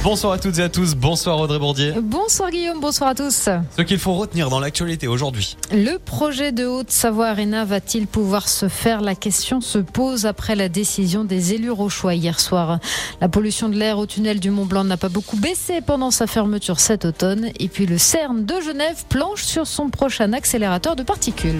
Bonsoir à toutes et à tous, bonsoir Audrey Bourdier. Bonsoir Guillaume, bonsoir à tous. Ce qu'il faut retenir dans l'actualité aujourd'hui. Le projet de Haute-Savoie Arena va-t-il pouvoir se faire ? La question se pose après la décision des élus rauchois hier soir. La pollution de l'air au tunnel du Mont-Blanc n'a pas beaucoup baissé pendant sa fermeture cet automne. Et puis le CERN de Genève planche sur son prochain accélérateur de particules.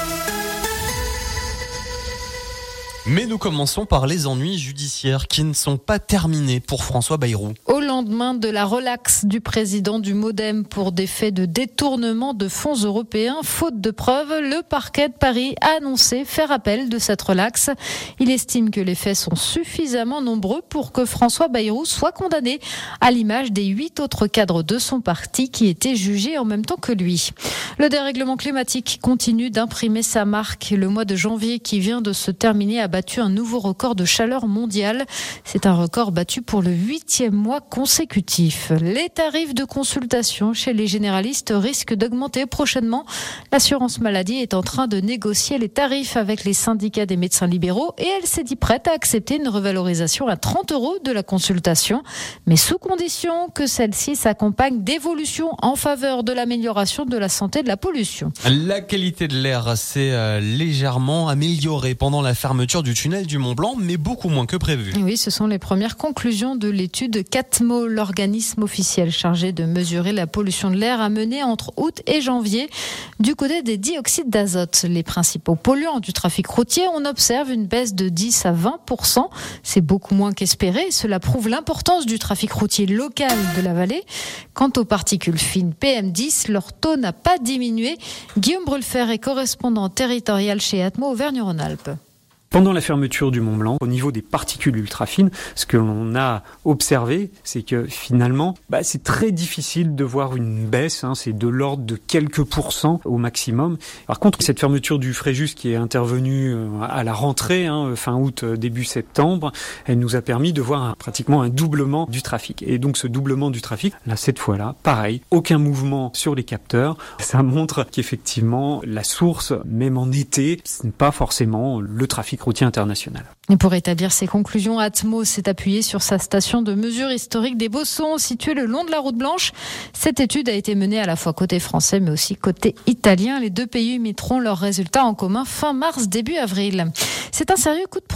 Mais nous commençons par les ennuis judiciaires qui ne sont pas terminés pour François Bayrou. Au lendemain de la relaxe du président du MoDem pour des faits de détournement de fonds européens, faute de preuves, le parquet de Paris a annoncé faire appel de cette relaxe. Il estime que les faits sont suffisamment nombreux pour que François Bayrou soit condamné, à l'image des 8 autres cadres de son parti qui étaient jugés en même temps que lui. Le dérèglement climatique continue d'imprimer sa marque. Le mois de janvier qui vient de se terminer a battu un nouveau record de chaleur mondiale. C'est un record battu pour le 8e mois consécutif. Les tarifs de consultation chez les généralistes risquent d'augmenter prochainement. L'assurance maladie est en train de négocier les tarifs avec les syndicats des médecins libéraux et elle s'est dit prête à accepter une revalorisation à 30 € de la consultation, mais sous condition que celle-ci s'accompagne d'évolutions en faveur de l'amélioration de la santé de la pollution. La qualité de l'air s'est légèrement améliorée pendant la fermeture du tunnel du Mont-Blanc, mais beaucoup moins que prévu. Oui, ce sont les premières conclusions de l'étude CATMO, l'organisme officiel chargé de mesurer la pollution de l'air, a mené entre août et janvier. Du côté des dioxydes d'azote, les principaux polluants du trafic routier, on observe une baisse de 10 à 20%. C'est beaucoup moins qu'espéré. Cela prouve l'importance du trafic routier local de la vallée. Quant aux particules fines PM10, leur taux n'a pas diminué. Guillaume Brulfer est correspondant territorial chez Atmo Auvergne-Rhône-Alpes. Pendant la fermeture du Mont-Blanc, au niveau des particules ultra-fines, ce que l'on a observé, c'est que finalement, c'est très difficile de voir une baisse, c'est de l'ordre de quelques pourcents au maximum. Par contre, cette fermeture du Fréjus qui est intervenue à la rentrée, fin août, début septembre, elle nous a permis de voir pratiquement un doublement du trafic. Et donc ce doublement du trafic, là, cette fois-là, pareil, aucun mouvement sur les capteurs. Ça montre qu'effectivement, la source, même en été, ce n'est pas forcément le trafic routier international. Et pour établir ses conclusions, Atmo s'est appuyé sur sa station de mesure historique des Bossons, située le long de la route blanche. Cette étude a été menée à la fois côté français, mais aussi côté italien. Les deux pays mettront leurs résultats en commun fin mars, début avril. C'est un sérieux coup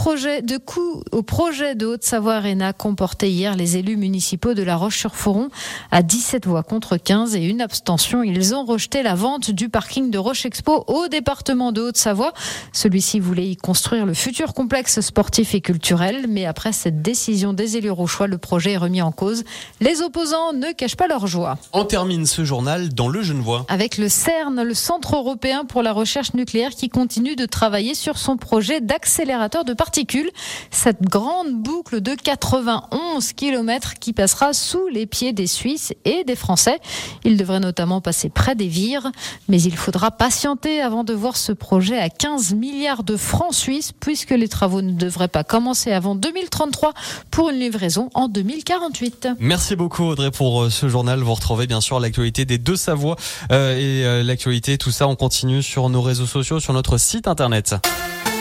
au projet de Haute-Savoie Arena comporté hier les élus municipaux de La Roche-sur-Foron. À 17 voix contre 15 et une abstention, ils ont rejeté la vente du parking de Roche Expo au département de Haute-Savoie. Celui-ci voulait y construire le futur complexe sportif et culturel, mais après cette décision des élus rauchois, le projet est remis en cause. Les opposants ne cachent pas leur joie. On termine ce journal dans le Genevois. Avec le CERN, le Centre européen pour la recherche nucléaire, qui continue de travailler sur son projet d'accélérateur de particules. Cette grande boucle de 91 km qui passera sous les pieds des Suisses et des Français. Il devrait notamment passer près des Vires, mais il faudra patienter avant de voir ce projet à 15 milliards de francs suisses, puisque les travaux ne devraient pas commencer avant 2033 pour une livraison en 2048. Merci beaucoup Audrey pour ce journal. Vous retrouvez bien sûr l'actualité des deux Savoies et l'actualité, tout ça on continue sur nos réseaux sociaux, sur notre site internet.